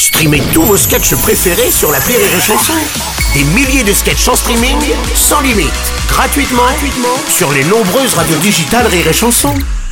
Streamez tous vos sketchs préférés sur l'appli Rire et Chanson. Des milliers de sketchs en streaming, sans limite, gratuitement sur les nombreuses radios digitales Rire et Chanson.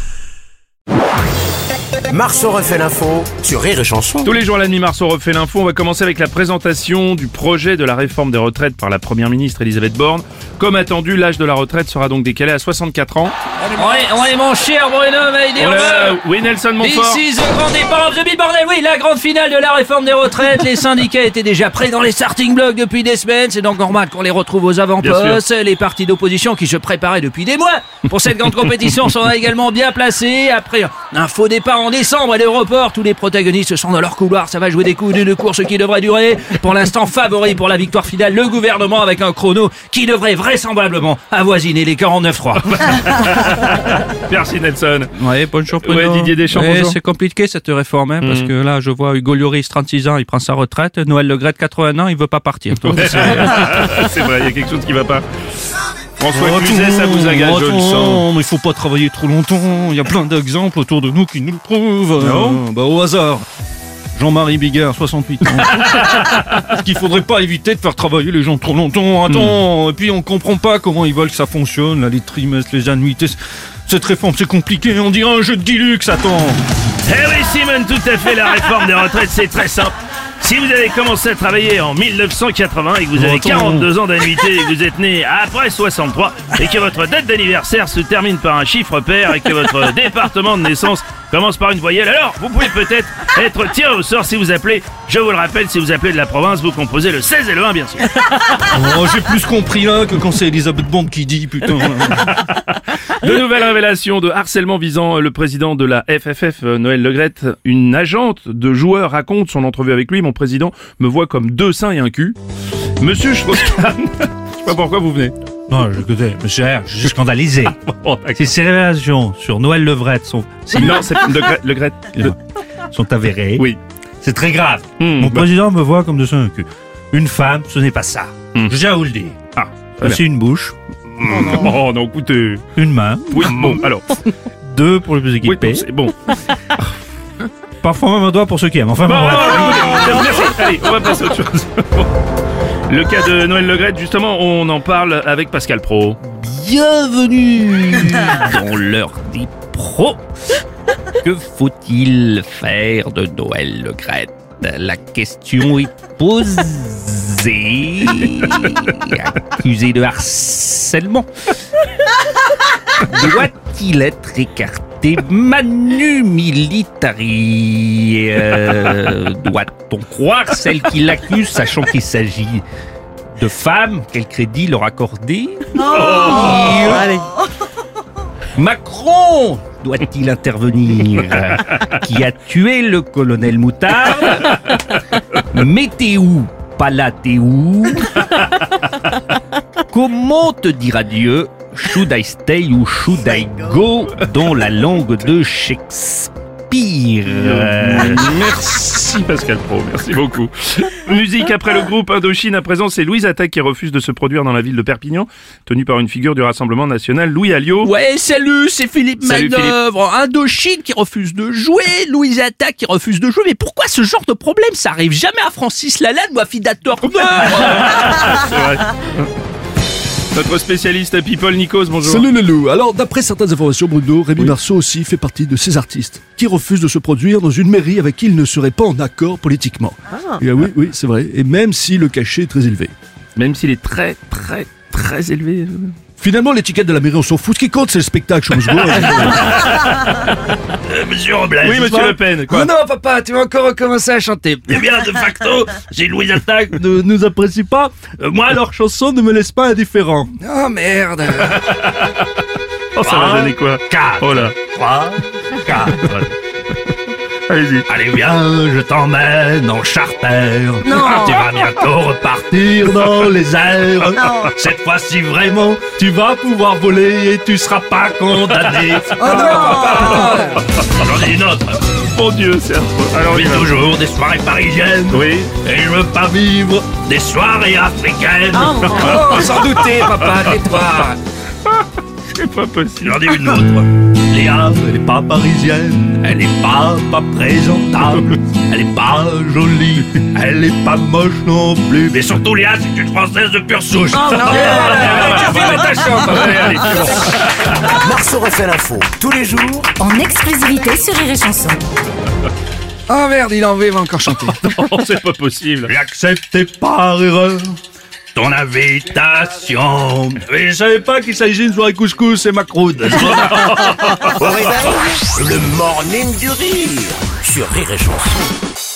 Marceau refait l'info sur Rire et Chanson. Tous les jours à la nuit, Marceau refait l'info. On va commencer avec la présentation du projet de la réforme des retraites par la première ministre Elisabeth Borne. Comme attendu, l'âge de la retraite sera donc décalé à 64 ans. Ouais, mon cher Bruno, Oui, Nelson Montfort. This is the grand départ of the big bordel. Oui, la grande finale de la réforme des retraites. Les syndicats étaient déjà prêts dans les starting blocks depuis des semaines. C'est donc normal qu'on les retrouve aux avant-postes. Les partis d'opposition qui se préparaient depuis des mois pour cette grande compétition sont également bien placés. Après un faux départ en décembre et le report, tous les protagonistes sont dans leur couloir. Ça va jouer des coups d'une course qui devrait durer. Pour l'instant, favori pour la victoire finale, le gouvernement avec un chrono qui devrait vraisemblablement avoisiner les 49-3. Merci Nelson. Ouais, bonjour Bruno. Ouais, Didier Deschamps, bonjour. C'est compliqué cette réforme, hein, parce que là, je vois Hugo Lloris, 36 ans, il prend sa retraite. Noël Le Graët, 80 ans, il veut pas partir. Donc, c'est vrai, il y a quelque chose qui va pas. François Cluzet, ça vous agace, je le sens. Mais il faut pas travailler trop longtemps. Il y a plein d'exemples autour de nous qui nous le prouvent. Non au hasard. Jean-Marie Bigard, 68 ans. Parce qu'il faudrait pas éviter de faire travailler les gens trop longtemps. Attends, et puis on comprend pas comment ils veulent que ça fonctionne, là, les trimestres, les annuités. Cette réforme, c'est compliqué, on dirait un jeu de Guilux, attends. Eh oui, Simone, tout à fait, la réforme des retraites, c'est très simple. Si vous avez commencé à travailler en 1980 et que vous avez 42 ans d'annuité et que vous êtes né après 63 et que votre date d'anniversaire se termine par un chiffre pair et que votre département de naissance commence par une voyelle, alors vous pouvez peut-être être tiré au sort si vous appelez, je vous le rappelle, si vous appelez de la province, vous composez le 16 et le 1 bien sûr. Oh, j'ai plus compris là que quand c'est Elisabeth Borne qui dit, putain. De nouvelles révélations de harcèlement visant le président de la FFF, Noël Le Graët. Une agente de joueur raconte son entrevue avec lui. Mon président me voit comme deux seins et un cul. Monsieur Strauss-Kahn, je sais pas pourquoi vous venez. Non, écoutez, monsieur, je suis scandalisé. Si ces révélations sur Noël Le Graët sont... Non, c'est Le Graët. sont avérées. Oui. C'est très grave. Mon président me voit comme deux seins et un cul. Une femme, ce n'est pas ça. Je tiens à vous le dire. Ah, très bien. C'est une bouche. Oh non, écoutez. Une main. Oui, bon, alors. Deux pour les plus équipés. Oui, c'est bon. Parfois même un doigt pour ceux qui aiment. Enfin, bon, merci. Allez, on va passer à autre chose. Le cas de Noël Le Graët, justement, on en parle avec Pascal Praud. Bienvenue dans l'heure des pros. Que faut-il faire de Noël Le Graët? La question est posée. Accusé de harcèlement, doit-il être écarté manu militari? Doit-on croire celle qui l'accuse, sachant qu'il s'agit de femmes? Quel crédit leur accorder? Allez. Macron doit-il intervenir? Qui a tué le colonel Moutarde? Mettez où? Pas là, t'es où? Comment te dire adieu? Should I stay ou should I go? Dans la langue de Shakespeare. Merci Pascal Praud, merci beaucoup. Musique après le groupe Indochine, à présent c'est Louise Attaque qui refuse de se produire dans la ville de Perpignan, tenue par une figure du Rassemblement National, Louis Alliot. Ouais, salut, c'est Philippe Salut, Manœuvre. Indochine qui refuse de jouer, Louise Attaque qui refuse de jouer. Mais pourquoi ce genre de problème? Ça arrive jamais à Francis Lalanne ou à Fida Turner. C'est vrai. Notre spécialiste People, Nikos, bonjour. Salut le loup. Alors, d'après certaines informations, Bruno, Rémi Marceau aussi fait partie de ces artistes qui refusent de se produire dans une mairie avec qui ils ne seraient pas en accord politiquement. Et oui, c'est vrai. Et même si le cachet est très élevé. Même s'il est très élevé. Finalement, l'étiquette de la mairie, on s'en fout. Ce qui compte, c'est le spectacle, chose go. Monsieur Robles. Oui, monsieur Le Pen, quoi. Oh non, papa, tu vas encore recommencer à chanter. Eh bien, de facto, si Louise Attaque ne nous apprécie pas, moi, leur chanson ne me laisse pas indifférent. Oh merde. Oh, ça va donner quoi? 4, Oh là. 3, 4. Allez-y. Allez, viens, je t'emmène en charter. Non. Tu vas bientôt repartir dans les airs. Non. Cette fois-ci, vraiment, tu vas pouvoir voler et tu seras pas condamné. Oh non. J'en ai une autre. Mon Dieu, c'est affreux. Alors, Il y a toujours des soirées parisiennes. Oui. Et je veux pas vivre des soirées africaines. Oh, Sans douter, papa, tais-toi. C'est pas possible. J'en ai une autre. Léa, elle est pas parisienne, elle est pas présentable, elle est pas jolie, elle est pas moche non plus. Mais surtout, Léa, c'est une Française de pure souche. Marceau refait l'info tous les jours En exclusivité sur Rire et Chanson. Ah merde, il a enlevé, il va encore chanter. Non, c'est pas possible. J'ai accepté par erreur Ton invitation. mais je savais pas qu'il s'agissait d'une soirée couscous, c'est macroude. au réveil, le morning du rire sur Rire et Chanson.